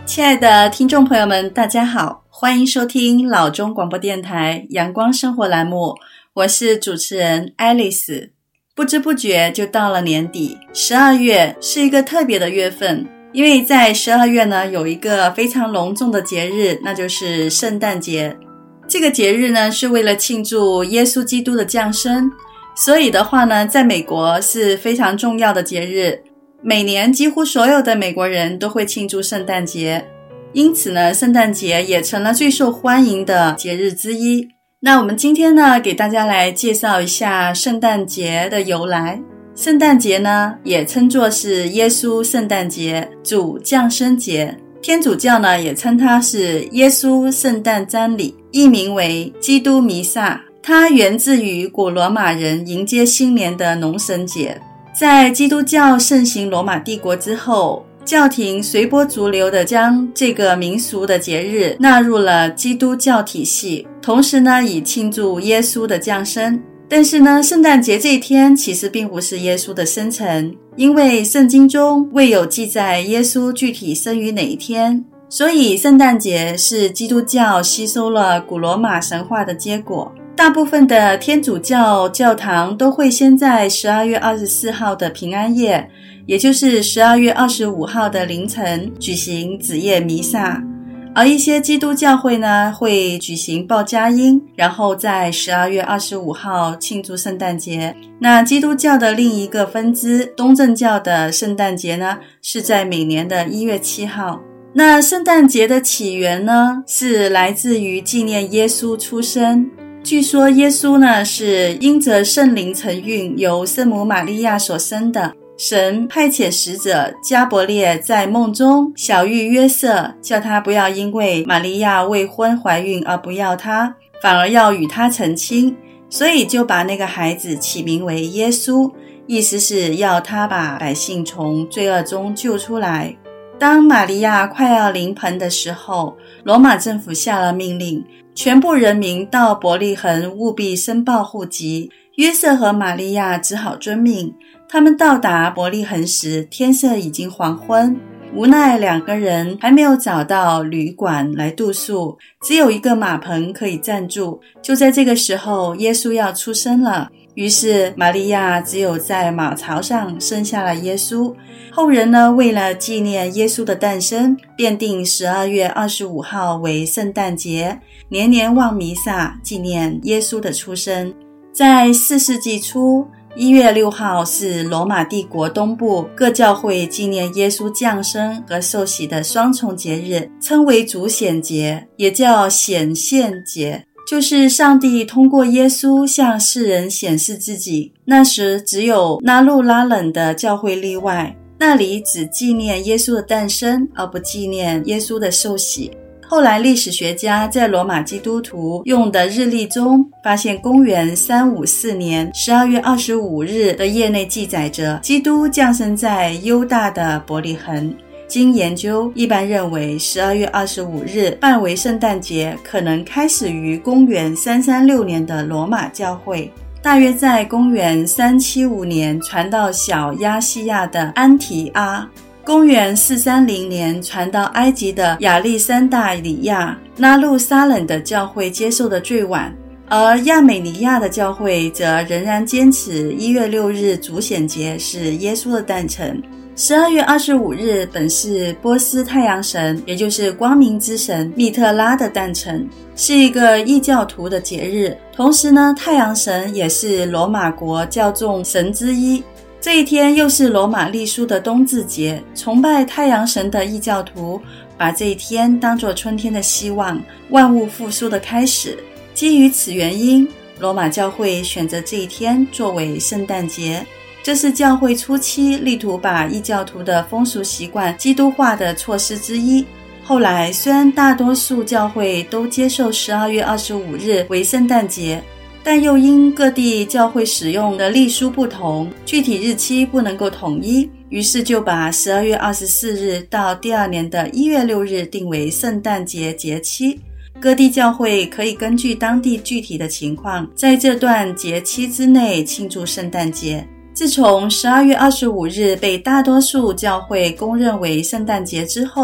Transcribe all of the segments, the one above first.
亲爱的听众朋友们，大家好，欢迎收听老中广播电台阳光生活栏目，我是主持人爱丽丝。不知不觉就到了年底，12月是一个特别的月份，因为在12月呢，有一个非常隆重的节日，那就是圣诞节。这个节日呢，是为了庆祝耶稣基督的降生，所以的话呢，在美国是非常重要的节日。每年几乎所有的美国人都会庆祝圣诞节，因此呢，圣诞节也成了最受欢迎的节日之一。那我们今天呢，给大家来介绍一下圣诞节的由来。圣诞节呢，也称作是耶稣圣诞节、主降生节。天主教呢，也称它是耶稣圣诞瞻礼，译名为基督弥撒。它源自于古罗马人迎接新年的农神节。在基督教盛行罗马帝国之后，教廷随波逐流地将这个民俗的节日纳入了基督教体系，同时呢，以庆祝耶稣的降生。但是呢，圣诞节这一天其实并不是耶稣的生辰，因为圣经中未有记载耶稣具体生于哪一天，所以圣诞节是基督教吸收了古罗马神话的结果。大部分的天主教教堂都会先在12月24号的平安夜，也就是12月25号的凌晨举行子夜弥撒，而一些基督教会呢，会举行报佳音，然后在12月25号庆祝圣诞节。那基督教的另一个分支东正教的圣诞节呢，是在每年的1月7号。那圣诞节的起源呢，是来自于纪念耶稣出生。据说耶稣呢，是因着圣灵承运由圣母玛利亚所生的，神派遣使者加伯列在梦中晓谕约瑟，叫他不要因为玛利亚未婚怀孕而不要他，反而要与他成亲，所以就把那个孩子起名为耶稣，意思是要他把百姓从罪恶中救出来。当玛利亚快要临盆的时候，罗马政府下了命令，全部人民到伯利恒务必申报户籍。约瑟和玛利亚只好遵命。他们到达伯利恒时，天色已经黄昏，无奈两个人还没有找到旅馆来住宿，只有一个马棚可以暂住。就在这个时候，耶稣要出生了，于是玛利亚只有在马槽上生下了耶稣。后人呢，为了纪念耶稣的诞生，便定12月25号为圣诞节，年年望弥撒，纪念耶稣的出生。在4世纪初，1月6号是罗马帝国东部各教会纪念耶稣降生和受洗的双重节日，称为主显节，也叫显现节，就是上帝通过耶稣向世人显示自己。那时只有拉路拉冷的教会例外，那里只纪念耶稣的诞生，而不纪念耶稣的受洗。后来历史学家在罗马基督徒用的日历中发现，公元354年12月25日的页内记载着基督降生在犹大的伯利恒。经研究，一般认为12月25日办为圣诞节可能开始于公元336年的罗马教会，大约在公元375年传到小亚细亚的安提阿，公元430年传到埃及的亚历山大里亚，拉路撒冷的教会接受的最晚，而亚美尼亚的教会则仍然坚持1月6日主显节是耶稣的诞辰。12月25日本是波斯太阳神，也就是光明之神密特拉的诞辰，是一个异教徒的节日。同时呢，太阳神也是罗马国教众神之一。这一天又是罗马历书的冬至节，崇拜太阳神的异教徒把这一天当作春天的希望，万物复苏的开始。基于此原因，罗马教会选择这一天作为圣诞节。这是教会初期力图把异教徒的风俗习惯基督化的措施之一。后来虽然大多数教会都接受12月25日为圣诞节，但又因各地教会使用的历书不同，具体日期不能够统一，于是就把12月24日到第二年的1月6日定为圣诞节节期。各地教会可以根据当地具体的情况，在这段节期之内庆祝圣诞节。自从12月25日被大多数教会公认为圣诞节之后，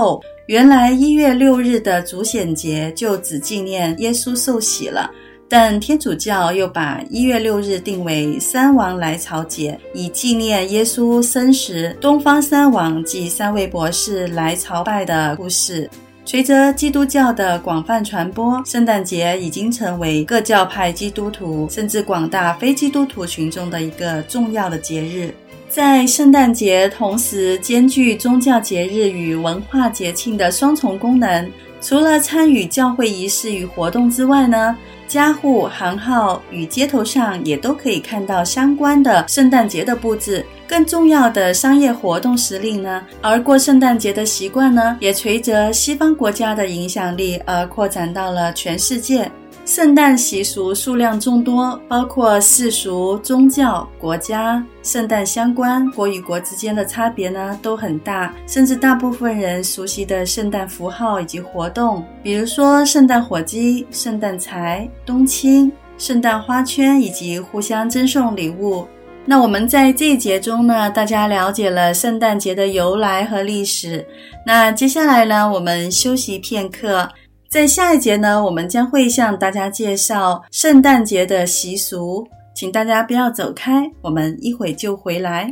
原来1月6日的主显节就只纪念耶稣受洗了，但天主教又把1月6日定为三王来朝节，以纪念耶稣生时东方三王及三位博士来朝拜的故事。随着基督教的广泛传播，圣诞节已经成为各教派基督徒甚至广大非基督徒群众的一个重要的节日。在圣诞节同时兼具宗教节日与文化节庆的双重功能，除了参与教会仪式与活动之外呢，家户、行号与街头上也都可以看到相关的圣诞节的布置。更重要的商业活动实力呢，而过圣诞节的习惯呢，也随着西方国家的影响力而扩展到了全世界。圣诞习俗数量众多，包括世俗、宗教、国家。圣诞相关国与国之间的差别呢都很大，甚至大部分人熟悉的圣诞符号以及活动，比如说圣诞火鸡、圣诞柴、冬青、圣诞花圈以及互相赠送礼物。那我们在这一节中呢，大家了解了圣诞节的由来和历史。那接下来呢，我们休息片刻。在下一节呢，我们将会向大家介绍圣诞节的习俗，请大家不要走开，我们一会就回来。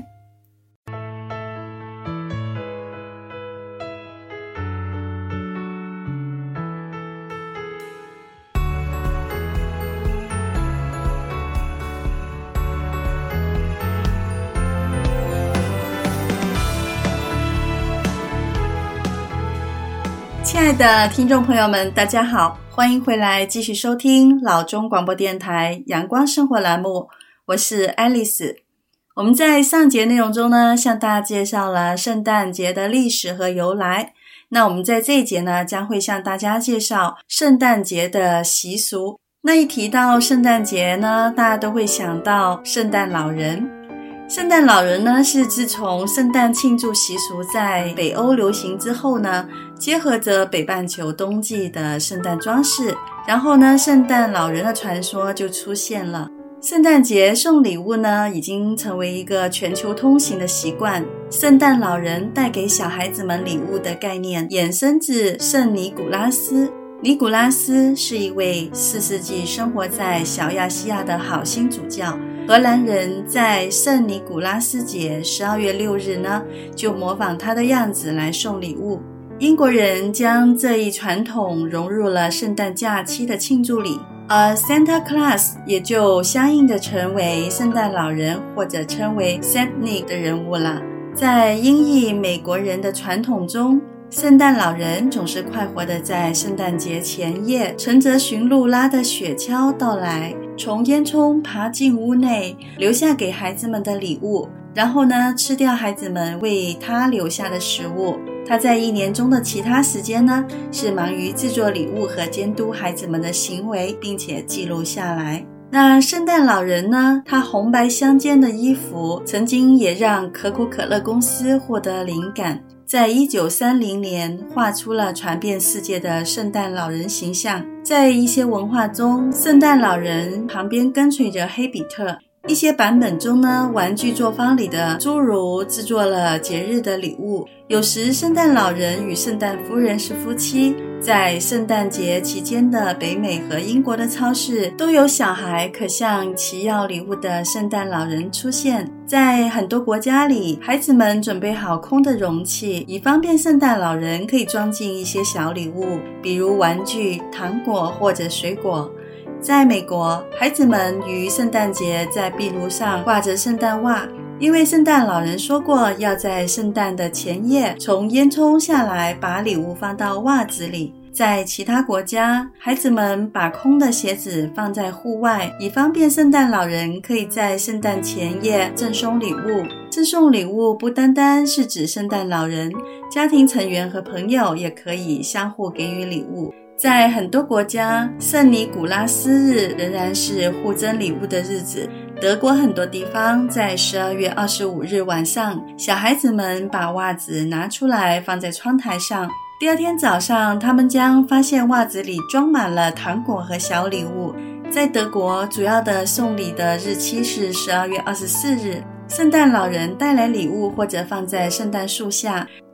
亲爱的听众朋友们，大家好，欢迎回来继续收听老中广播电台阳光生活栏目，我是爱丽丝。我们在上节内容中呢，向大家介绍了圣诞节的历史和由来。那我们在这一节呢，将会向大家介绍圣诞节的习俗。那一提到圣诞节呢，大家都会想到圣诞老人。圣诞老人呢，是自从圣诞庆祝习俗在北欧流行之后呢，结合着北半球冬季的圣诞装饰，然后呢，圣诞老人的传说就出现了。圣诞节送礼物呢，已经成为一个全球通行的习惯。圣诞老人带给小孩子们礼物的概念衍生自圣尼古拉斯。尼古拉斯是一位4世纪生活在小亚细亚的好心主教。荷兰人在圣尼古拉斯节12月6日呢，就模仿他的样子来送礼物。英国人将这一传统融入了圣诞假期的庆祝里，而 Santa Claus 也就相应的成为圣诞老人或者称为 Saint Nick 的人物了。在英裔美国人的传统中，圣诞老人总是快活地在圣诞节前夜乘着驯鹿拉的雪橇到来，从烟囱爬进屋内，留下给孩子们的礼物，然后呢，吃掉孩子们为他留下的食物。他在一年中的其他时间呢，是忙于制作礼物和监督孩子们的行为，并且记录下来。那圣诞老人呢，他红白相间的衣服曾经也让可口可乐公司获得灵感，在1930年画出了传遍世界的圣诞老人形象。在一些文化中，圣诞老人旁边跟随着黑比特。一些版本中呢，玩具作坊里的侏儒制作了节日的礼物。有时圣诞老人与圣诞夫人是夫妻。在圣诞节期间的北美和英国的超市都有小孩可向其要礼物的圣诞老人出现。在很多国家里，孩子们准备好空的容器，以方便圣诞老人可以装进一些小礼物，比如玩具、糖果或者水果。在美国，孩子们于圣诞节在壁炉上挂着圣诞袜，因为圣诞老人说过要在圣诞的前夜从烟囱下来把礼物放到袜子里。在其他国家，孩子们把空的鞋子放在户外，以方便圣诞老人可以在圣诞前夜赠送礼物。赠送礼物不单单是指圣诞老人，家庭成员和朋友也可以相互给予礼物。在很多国家，圣尼古拉斯日仍然是互赠礼物的日子。德国很多地方在12月25日晚上，小孩子们把袜子拿出来放在窗台上。第二天早上，他们将发现袜子里装满了糖果和小礼物。在德国，主要的送礼的日期是12月24日。圣诞老人带来礼物或者放在圣诞树下。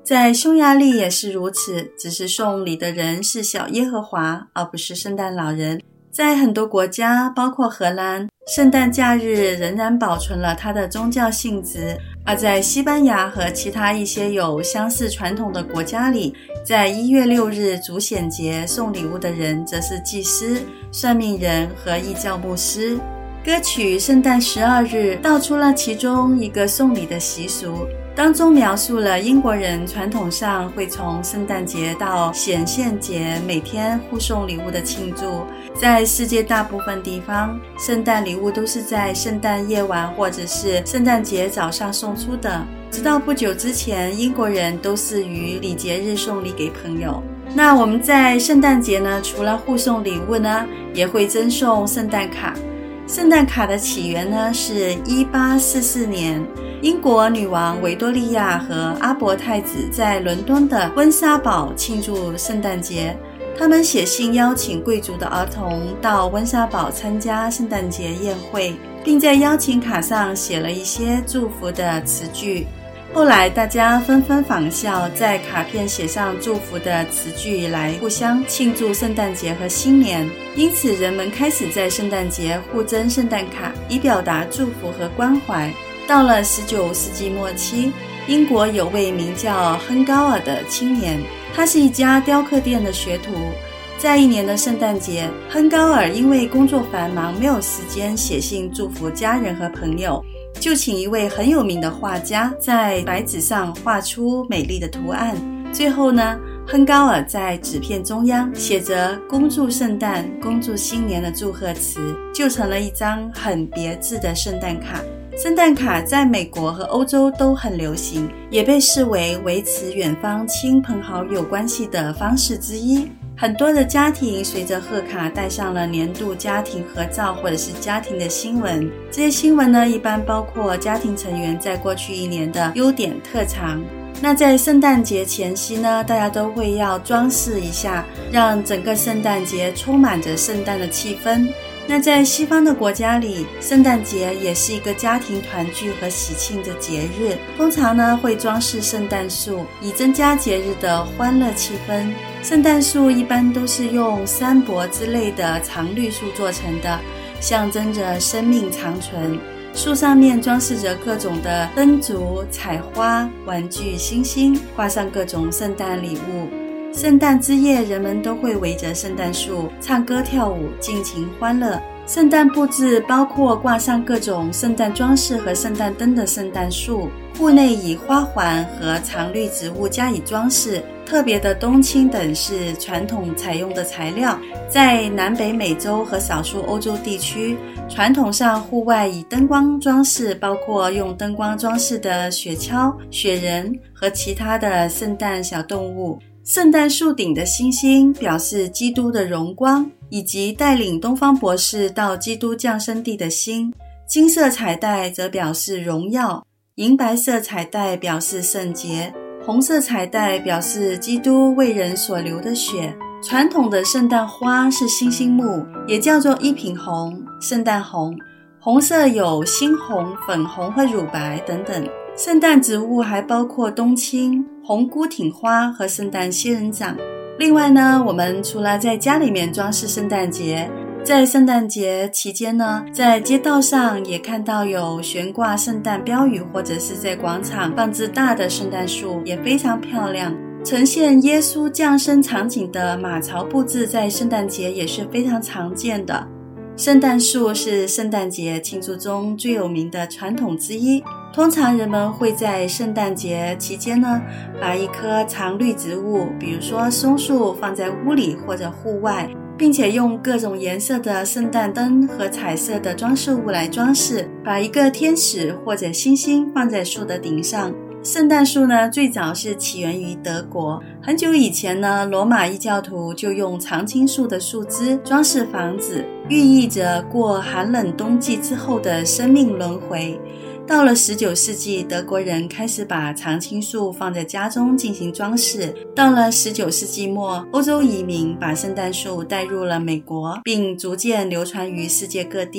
在匈牙利也是如此，只是送礼的人是小耶和华，而不是圣诞老人。在很多国家，包括荷兰，圣诞假日仍然保存了它的宗教性质。而在西班牙和其他一些有相似传统的国家里，在1月6日主显节送礼物的人则是祭司、算命人和异教牧师。歌曲《圣诞12日》道出了其中一个送礼的习俗，当中描述了英国人传统上会从圣诞节到显现节每天互送礼物的庆祝。在世界大部分地方，圣诞礼物都是在圣诞夜晚或者是圣诞节早上送出的。直到不久之前，英国人都是于礼节日送礼给朋友。那我们在圣诞节呢，除了互送礼物呢，也会赠送圣诞卡。圣诞卡的起源呢是1844年，英国女王维多利亚和阿伯太子在伦敦的温莎堡庆祝圣诞节。他们写信邀请贵族的儿童到温莎堡参加圣诞节宴会，并在邀请卡上写了一些祝福的词句。后来大家纷纷仿效，在卡片写上祝福的词句来互相庆祝圣诞节和新年。因此人们开始在圣诞节互赠圣诞卡，以表达祝福和关怀。到了19世纪末期，英国有位名叫亨高尔的青年，他是一家雕刻店的学徒。在一年的圣诞节，亨高尔因为工作繁忙，没有时间写信祝福家人和朋友，就请一位很有名的画家在白纸上画出美丽的图案。最后呢，亨高尔在纸片中央写着恭祝圣诞、恭祝新年的祝贺词，就成了一张很别致的圣诞卡。圣诞卡在美国和欧洲都很流行，也被视为维持远方亲朋好友关系的方式之一。很多的家庭随着贺卡带上了年度家庭合照或者是家庭的新闻。这些新闻呢，一般包括家庭成员在过去一年的优点特长。那在圣诞节前夕呢，大家都会要装饰一下，让整个圣诞节充满着圣诞的气氛。那在西方的国家里，圣诞节也是一个家庭团聚和喜庆的节日，通常呢会装饰圣诞树，以增加节日的欢乐气氛。圣诞树一般都是用山柏之类的常绿树做成的，象征着生命长存。树上面装饰着各种的灯烛、彩花、玩具、星星，挂上各种圣诞礼物。圣诞之夜，人们都会围着圣诞树唱歌跳舞，尽情欢乐。圣诞布置包括挂上各种圣诞装饰和圣诞灯的圣诞树，户内以花环和常绿植物加以装饰。特别的冬青等是传统采用的材料。在南北美洲和少数欧洲地区，传统上户外以灯光装饰，包括用灯光装饰的雪橇、雪人和其他的圣诞小动物。圣诞树顶的星星表示基督的荣光，以及带领东方博士到基督降生地的星。金色彩带则表示荣耀，银白色彩带表示圣洁，红色彩带表示基督为人所流的血。传统的圣诞花是星星木，也叫做一品红、圣诞红。红色有猩红、粉红和乳白等等。圣诞植物还包括冬青、红孤挺花和圣诞仙人掌。另外呢，我们除了在家里面装饰圣诞节，在圣诞节期间呢，在街道上也看到有悬挂圣诞标语，或者是在广场放置大的圣诞树，也非常漂亮。呈现耶稣降生场景的马槽布置在圣诞节也是非常常见的。圣诞树是圣诞节庆祝中最有名的传统之一。通常人们会在圣诞节期间呢，把一棵常绿植物，比如说松树，放在屋里或者户外，并且用各种颜色的圣诞灯和彩色的装饰物来装饰，把一个天使或者星星放在树的顶上。圣诞树呢，最早是起源于德国。很久以前呢，罗马异教徒就用常青树的树枝装饰房子，寓意着过寒冷冬季之后的生命轮回。到了19世纪，德国人开始把常青树放在家中进行装饰。到了19世纪末，欧洲移民把圣诞树带入了美国，并逐渐流传于世界各地。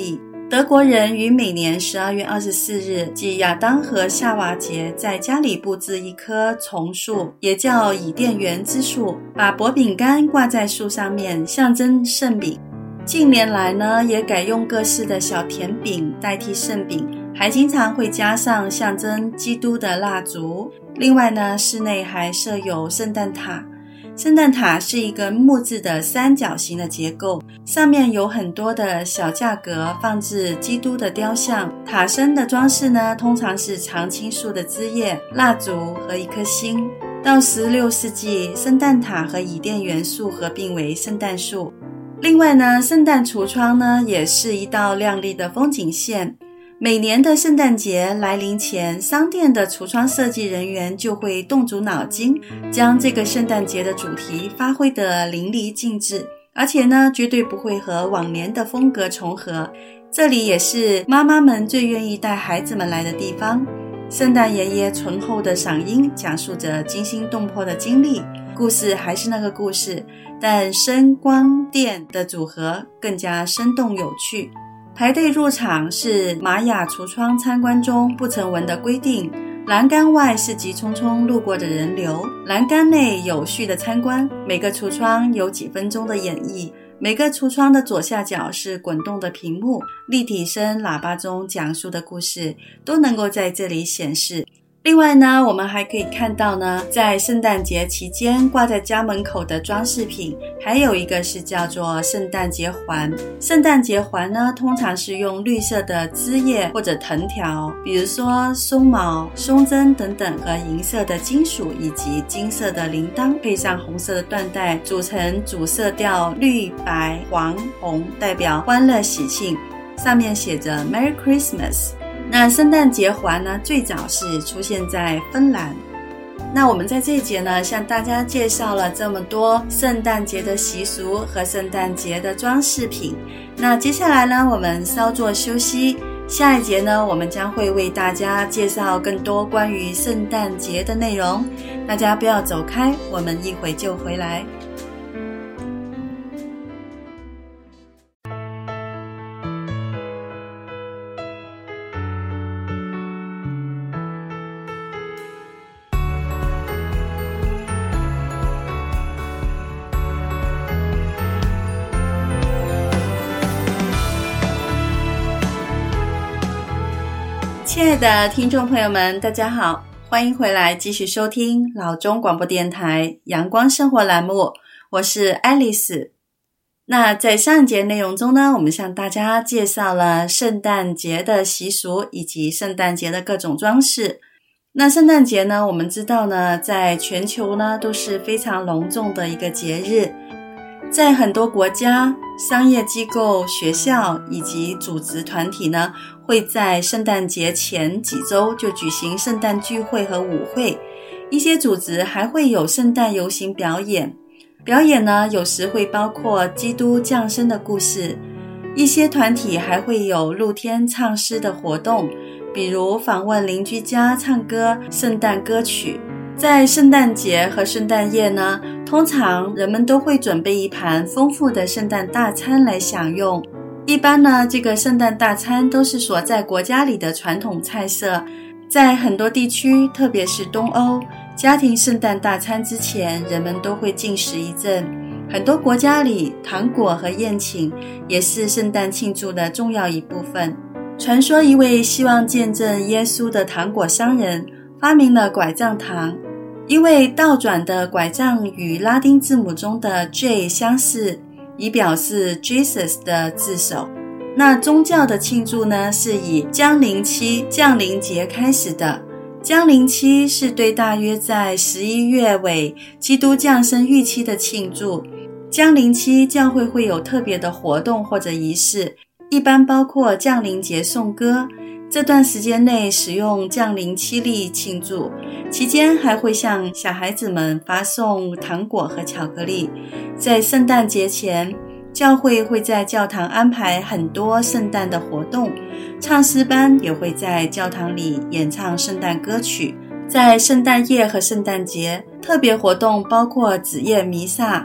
德国人于每年12月24日，即亚当和夏娃节，在家里布置一棵丛树，也叫伊甸园之树，把薄饼干挂在树上面，象征圣饼。近年来呢，也改用各式的小甜饼代替圣饼，还经常会加上象征基督的蜡烛。另外呢，室内还设有圣诞塔。圣诞塔是一个木质的三角形的结构，上面有很多的小架格放置基督的雕像。塔身的装饰呢，通常是常青树的枝叶、蜡烛和一颗星。到16世纪，圣诞塔和伊甸园树合并为圣诞树。另外呢，圣诞橱窗呢，也是一道亮丽的风景线。每年的圣诞节来临前，商店的橱窗设计人员就会动足脑筋，将这个圣诞节的主题发挥得淋漓尽致，而且呢，绝对不会和往年的风格重合。这里也是妈妈们最愿意带孩子们来的地方。圣诞爷爷醇厚的嗓音讲述着惊心动魄的经历，故事还是那个故事，但声光电的组合更加生动有趣。排队入场是玛雅橱窗参观中不成文的规定，栏杆外是急匆匆路过的人流，栏杆内有序的参观，每个橱窗有几分钟的演绎。每个橱窗的左下角是滚动的屏幕，立体声喇叭中讲述的故事都能够在这里显示。另外呢，我们还可以看到呢，在圣诞节期间挂在家门口的装饰品，还有一个是叫做圣诞节环。圣诞节环呢，通常是用绿色的枝叶或者藤条，比如说松毛、松针等等，和银色的金属以及金色的铃铛，配上红色的缎带，组成主色调绿、白、黄、红，代表欢乐喜庆。上面写着 Merry Christmas。那圣诞节环呢，最早是出现在芬兰。那我们在这一节呢，向大家介绍了这么多圣诞节的习俗和圣诞节的装饰品。那接下来呢，我们稍作休息，下一节呢，我们将会为大家介绍更多关于圣诞节的内容。大家不要走开，我们一会就回来。亲爱的听众朋友们，大家好，欢迎回来继续收听老中广播电台阳光生活栏目，我是爱丽丝。那在上一节内容中呢，我们向大家介绍了圣诞节的习俗以及圣诞节的各种装饰。那圣诞节呢，我们知道呢，在全球呢都是非常隆重的一个节日。在很多国家，商业机构、学校以及组织团体呢，会在圣诞节前几周就举行圣诞聚会和舞会。一些组织还会有圣诞游行表演。表演呢，有时会包括基督降生的故事。一些团体还会有露天唱诗的活动，比如访问邻居家唱歌圣诞歌曲。在圣诞节和圣诞夜呢，通常人们都会准备一盘丰富的圣诞大餐来享用。一般呢，这个圣诞大餐都是所在国家里的传统菜色。在很多地区，特别是东欧，家庭圣诞大餐之前，人们都会进食一阵。很多国家里，糖果和宴请也是圣诞庆祝的重要一部分。传说一位希望见证耶稣的糖果商人发明了拐杖糖，因为倒转的拐杖与拉丁字母中的 J 相似，以表示 Jesus 的字首。那宗教的庆祝呢，是以降临期降临节开始的。降临期是对大约在11月尾基督降生预期的庆祝。降临期教会会有特别的活动或者仪式，一般包括降临节颂歌。这段时间内使用降临期历庆祝，期间还会向小孩子们发送糖果和巧克力。在圣诞节前，教会会在教堂安排很多圣诞的活动，唱诗班也会在教堂里演唱圣诞歌曲。在圣诞夜和圣诞节，特别活动包括子夜弥撒。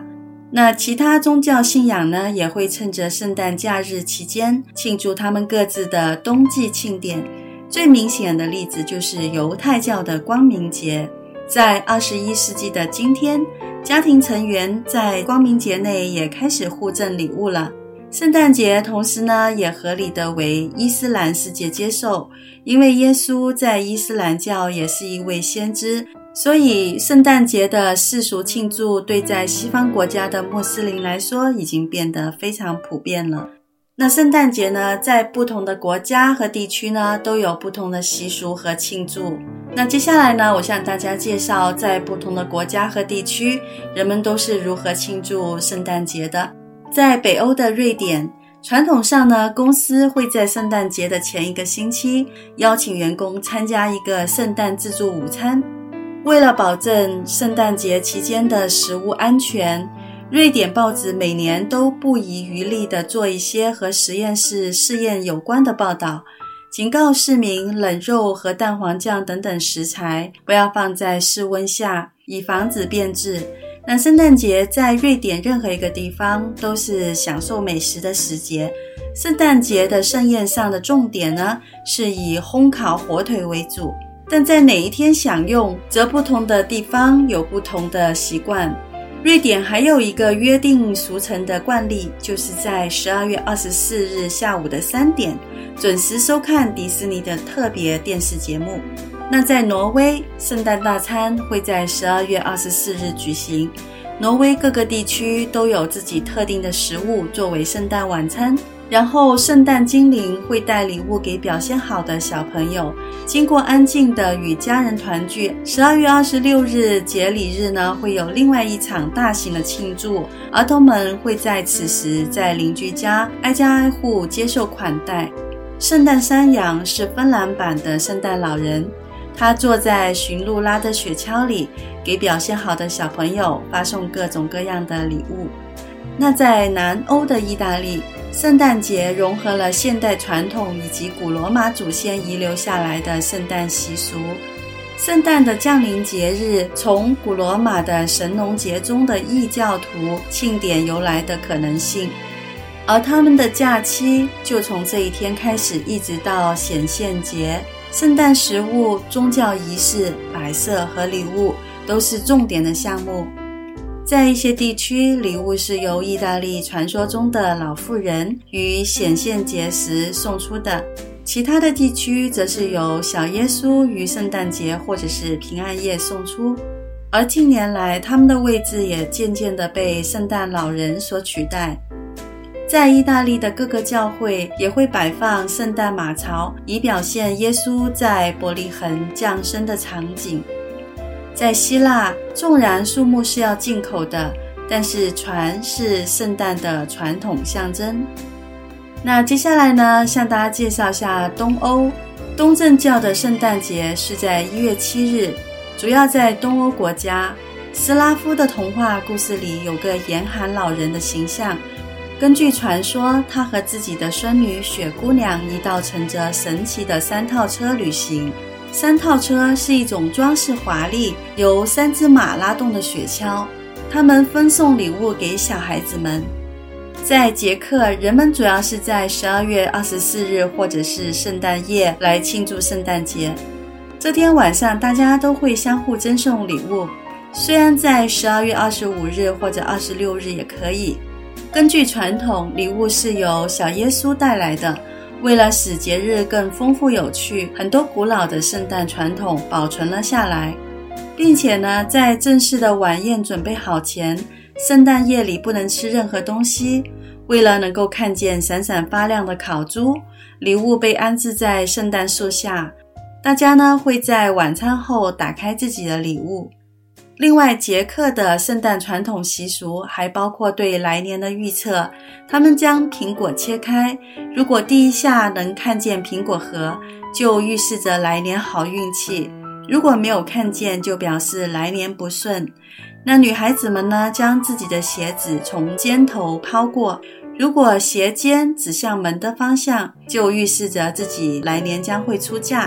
那其他宗教信仰呢，也会趁着圣诞假日期间庆祝他们各自的冬季庆典。最明显的例子就是犹太教的光明节。在21世纪的今天，家庭成员在光明节内也开始互赠礼物了。圣诞节同时呢，也合理的为伊斯兰世界接受，因为耶稣在伊斯兰教也是一位先知，所以圣诞节的世俗庆祝对在西方国家的穆斯林来说已经变得非常普遍了。那圣诞节呢，在不同的国家和地区呢，都有不同的习俗和庆祝。那接下来呢，我向大家介绍在不同的国家和地区，人们都是如何庆祝圣诞节的。在北欧的瑞典，传统上呢，公司会在圣诞节的前一个星期邀请员工参加一个圣诞自助午餐。为了保证圣诞节期间的食物安全，瑞典报纸每年都不遗余力地做一些和实验室试验有关的报道，警告市民冷肉和蛋黄酱等等食材不要放在室温下，以防止变质。那圣诞节在瑞典任何一个地方都是享受美食的时节。圣诞节的盛宴上的重点呢，是以烘烤火腿为主，但在哪一天享用，则不同的地方有不同的习惯。瑞典还有一个约定俗成的惯例，就是在12月24日下午的3点准时收看迪士尼的特别电视节目。那在挪威，圣诞大餐会在12月24日举行。挪威各个地区都有自己特定的食物作为圣诞晚餐，然后圣诞精灵会带礼物给表现好的小朋友，经过安静的与家人团聚。12月26日节礼日呢，会有另外一场大型的庆祝，儿童们会在此时在邻居家挨家挨户接受款待。圣诞山羊是芬兰版的圣诞老人，他坐在驯鹿拉的雪橇里，给表现好的小朋友发送各种各样的礼物。那在南欧的意大利，圣诞节融合了现代传统以及古罗马祖先遗留下来的圣诞习俗。圣诞的降临节日从古罗马的神农节中的异教徒庆典由来的可能性，而他们的假期就从这一天开始一直到显现节。圣诞食物、宗教仪式、摆设和礼物都是重点的项目。在一些地区，礼物是由意大利传说中的老妇人于显现节时送出的，其他的地区则是由小耶稣于圣诞节或者是平安夜送出。而近年来，他们的位置也渐渐地被圣诞老人所取代。在意大利的各个教会也会摆放圣诞马槽，以表现耶稣在伯利恒降生的场景。在希腊，纵然树木是要进口的，但是船是圣诞的传统象征。那接下来呢，向大家介绍一下东欧。东正教的圣诞节是在1月7日，主要在东欧国家。斯拉夫的童话故事里有个严寒老人的形象，根据传说，他和自己的孙女雪姑娘一道乘着神奇的3套车旅行。3套车是一种装饰华丽、由3只马拉动的雪橇，他们分送礼物给小孩子们。在捷克，人们主要是在12月24日或者是圣诞夜来庆祝圣诞节。这天晚上，大家都会相互赠送礼物，虽然在12月25日或者26日也可以。根据传统，礼物是由小耶稣带来的。为了使节日更丰富有趣，很多古老的圣诞传统保存了下来，并且呢，在正式的晚宴准备好前，圣诞夜里不能吃任何东西。为了能够看见闪闪发亮的烤猪，礼物被安置在圣诞树下。大家呢会在晚餐后打开自己的礼物。另外，捷克的圣诞传统习俗还包括对来年的预测，他们将苹果切开，如果第一下能看见苹果核，就预示着来年好运气，如果没有看见，就表示来年不顺。那女孩子们呢，将自己的鞋子从肩头抛过，如果鞋尖指向门的方向，就预示着自己来年将会出嫁。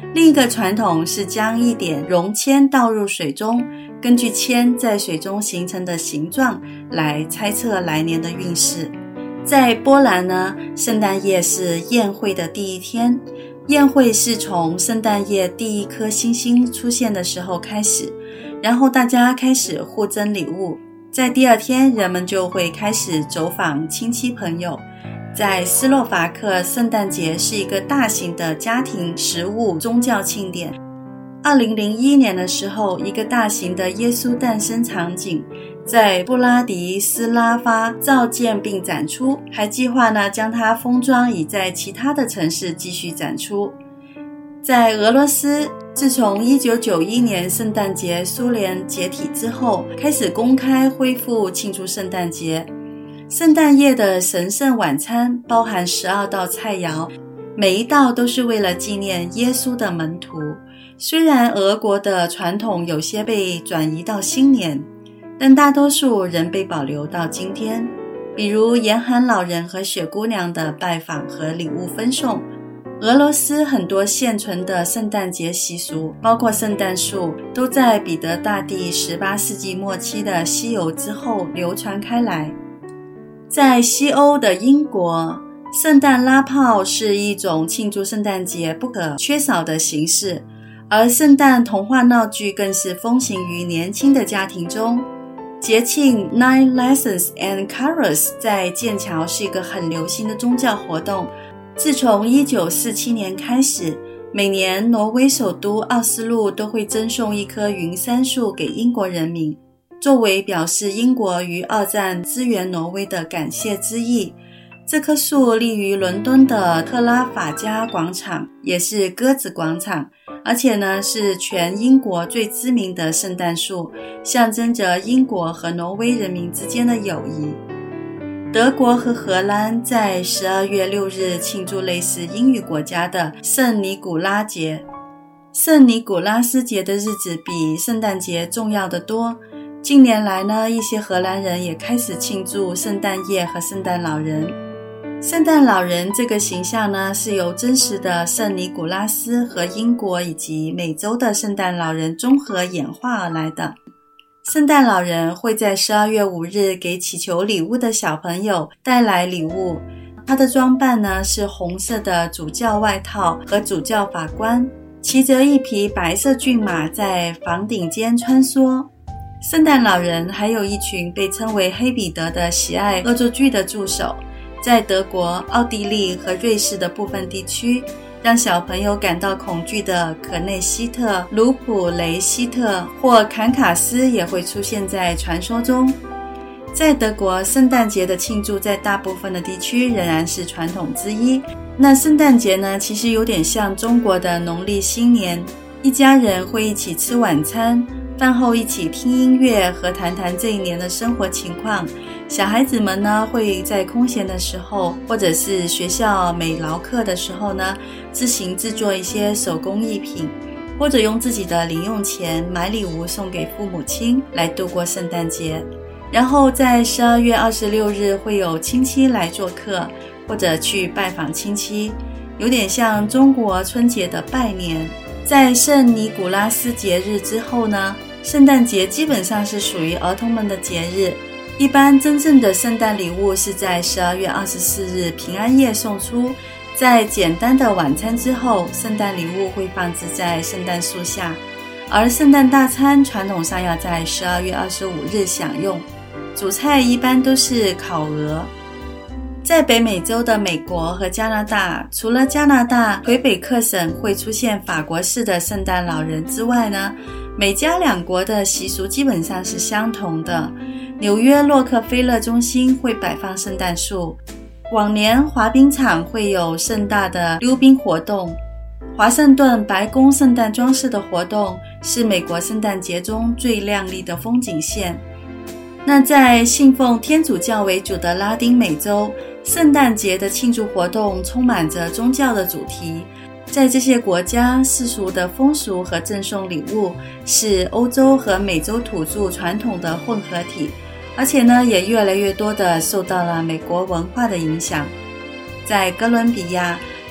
另一个传统是将一点熔铅倒入水中，根据铅在水中形成的形状来猜测来年的运势。在波兰呢，圣诞夜是宴会的第一天，宴会是从圣诞夜第一颗星星出现的时候开始，然后大家开始互赠礼物，在第二天人们就会开始走访亲戚朋友。在斯洛伐克，圣诞节是一个大型的家庭食物宗教庆典。2001年的时候，一个大型的耶稣诞生场景在布拉迪斯拉发造建并展出，还计划呢将它封装以在其他的城市继续展出。在俄罗斯，自从1991年圣诞节苏联解体之后，开始公开恢复庆祝圣诞节。圣诞夜的神圣晚餐包含12道菜肴，每一道都是为了纪念耶稣的门徒。虽然俄国的传统有些被转移到新年，但大多数仍被保留到今天，比如严寒老人和雪姑娘的拜访和礼物分送。俄罗斯很多现存的圣诞节习俗，包括圣诞树，都在彼得大帝18世纪末期的西游之后流传开来。在西欧的英国，圣诞拉炮是一种庆祝圣诞节不可缺少的形式，而圣诞童话闹剧更是风行于年轻的家庭中。节庆 Nine Lessons and Carols 在剑桥是一个很流行的宗教活动。自从1947年开始，每年挪威首都奥斯陆都会赠送一棵云杉树给英国人民，作为表示英国于二战支援挪威的感谢之意。这棵树立于伦敦的特拉法加广场，也是鸽子广场，而且呢是全英国最知名的圣诞树，象征着英国和挪威人民之间的友谊。德国和荷兰在12月6日庆祝类似英语国家的圣尼古拉节。圣尼古拉斯节的日子比圣诞节重要得多。近年来呢，一些荷兰人也开始庆祝圣诞夜和圣诞老人。圣诞老人这个形象呢，是由真实的圣尼古拉斯和英国以及美洲的圣诞老人综合演化而来的。圣诞老人会在12月5日给祈求礼物的小朋友带来礼物。他的装扮呢是红色的主教外套和主教法官，骑着一匹白色骏马在房顶间穿梭。圣诞老人还有一群被称为黑彼得的喜爱恶作剧的助手，在德国、奥地利和瑞士的部分地区，让小朋友感到恐惧的可内希特、卢普雷希特或坎卡斯也会出现在传说中。在德国，圣诞节的庆祝在大部分的地区仍然是传统之一。那圣诞节呢，其实有点像中国的农历新年，一家人会一起吃晚餐，饭后一起听音乐和谈谈这一年的生活情况。小孩子们呢，会在空闲的时候，或者是学校美劳课的时候呢，自行制作一些手工艺品，或者用自己的零用钱买礼物送给父母亲，来度过圣诞节。然后在12月26日会有亲戚来做客，或者去拜访亲戚，有点像中国春节的拜年。在圣尼古拉斯节日之后呢，圣诞节基本上是属于儿童们的节日。一般真正的圣诞礼物是在12月24日平安夜送出，在简单的晚餐之后，圣诞礼物会放置在圣诞树下，而圣诞大餐传统上要在12月25日享用。主菜一般都是烤鹅。在北美洲的美国和加拿大，除了加拿大魁北克省会出现法国式的圣诞老人之外呢，美加两国的习俗基本上是相同的。纽约洛克菲勒中心会摆放圣诞树，往年滑冰场会有盛大的溜冰活动，华盛顿白宫圣诞装饰的活动是美国圣诞节中最亮丽的风景线。那在信奉天主教为主的拉丁美洲，圣诞节的庆祝活动充满着宗教的主题。在这些国家，世俗的风俗和赠送礼物是欧洲和美洲土著传统的混合体，而且呢，也越来越多地受到了美国文化的影响。在哥伦比亚，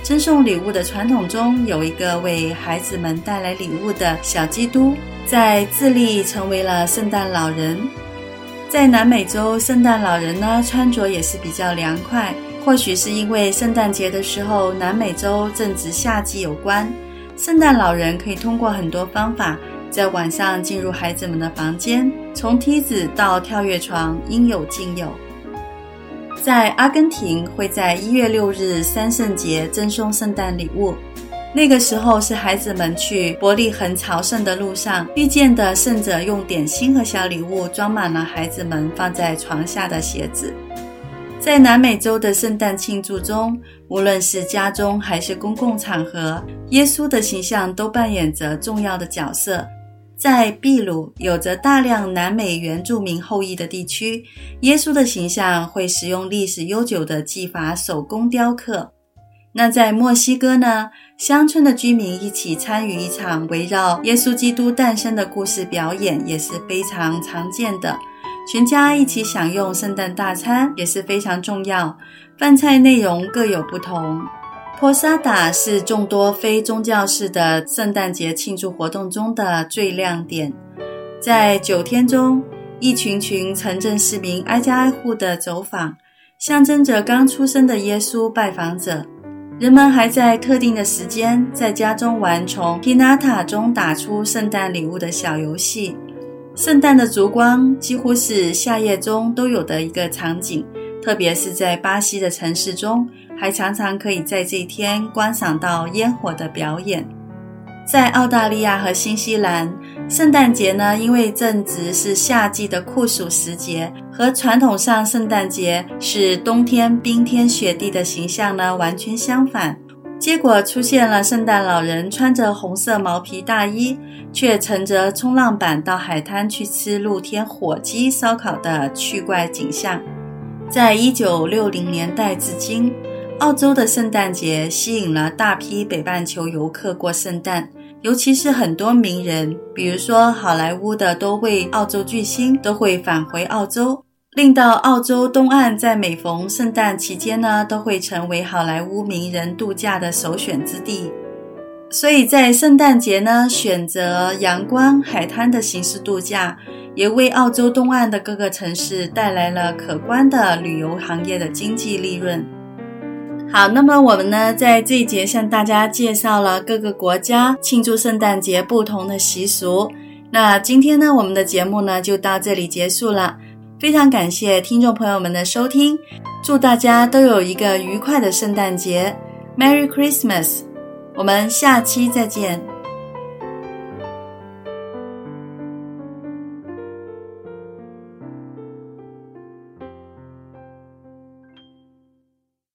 赠送礼物的传统中，有一个为孩子们带来礼物的小基督，在智利成为了圣诞老人。在南美洲，圣诞老人呢穿着也是比较凉快，或许是因为圣诞节的时候南美洲正值夏季有关，圣诞老人可以通过很多方法在晚上进入孩子们的房间，从梯子到跳跃床应有尽有。在阿根廷会在1月6日三圣节赠送圣诞礼物，那个时候是孩子们去伯利恒朝圣的路上遇见的圣者用点心和小礼物装满了孩子们放在床下的鞋子。在南美洲的圣诞庆祝中，无论是家中还是公共场合，耶稣的形象都扮演着重要的角色。在秘鲁有着大量南美原住民后裔的地区，耶稣的形象会使用历史悠久的技法手工雕刻。那在墨西哥呢，乡村的居民一起参与一场围绕耶稣基督诞生的故事表演也是非常常见的。全家一起享用圣诞大餐也是非常重要，饭菜内容各有不同。Posada 是众多非宗教式的圣诞节庆祝活动中的最亮点。在9天中，一群群城镇市民挨家挨户的走访，象征着刚出生的耶稣拜访者。人们还在特定的时间在家中玩从 Pinata 中打出圣诞礼物的小游戏。圣诞的烛光几乎是夏夜中都有的一个场景，特别是在巴西的城市中，还常常可以在这一天观赏到烟火的表演。在澳大利亚和新西兰，圣诞节呢，因为正值是夏季的酷暑时节，和传统上圣诞节是冬天冰天雪地的形象呢完全相反。结果出现了圣诞老人穿着红色毛皮大衣，却乘着冲浪板到海滩去吃露天火鸡烧烤的趣怪景象。在1960年代至今，澳洲的圣诞节吸引了大批北半球游客过圣诞，尤其是很多名人，比如说好莱坞的多位澳洲巨星都会返回澳洲，令到澳洲东岸在每逢圣诞期间呢，都会成为好莱坞名人度假的首选之地。所以在圣诞节呢，选择阳光海滩的形式度假，也为澳洲东岸的各个城市带来了可观的旅游行业的经济利润。好，那么我们呢，在这一节向大家介绍了各个国家庆祝圣诞节不同的习俗。那今天呢，我们的节目呢就到这里结束了。非常感谢听众朋友们的收听，祝大家都有一个愉快的圣诞节 Merry Christmas， 我们下期再见。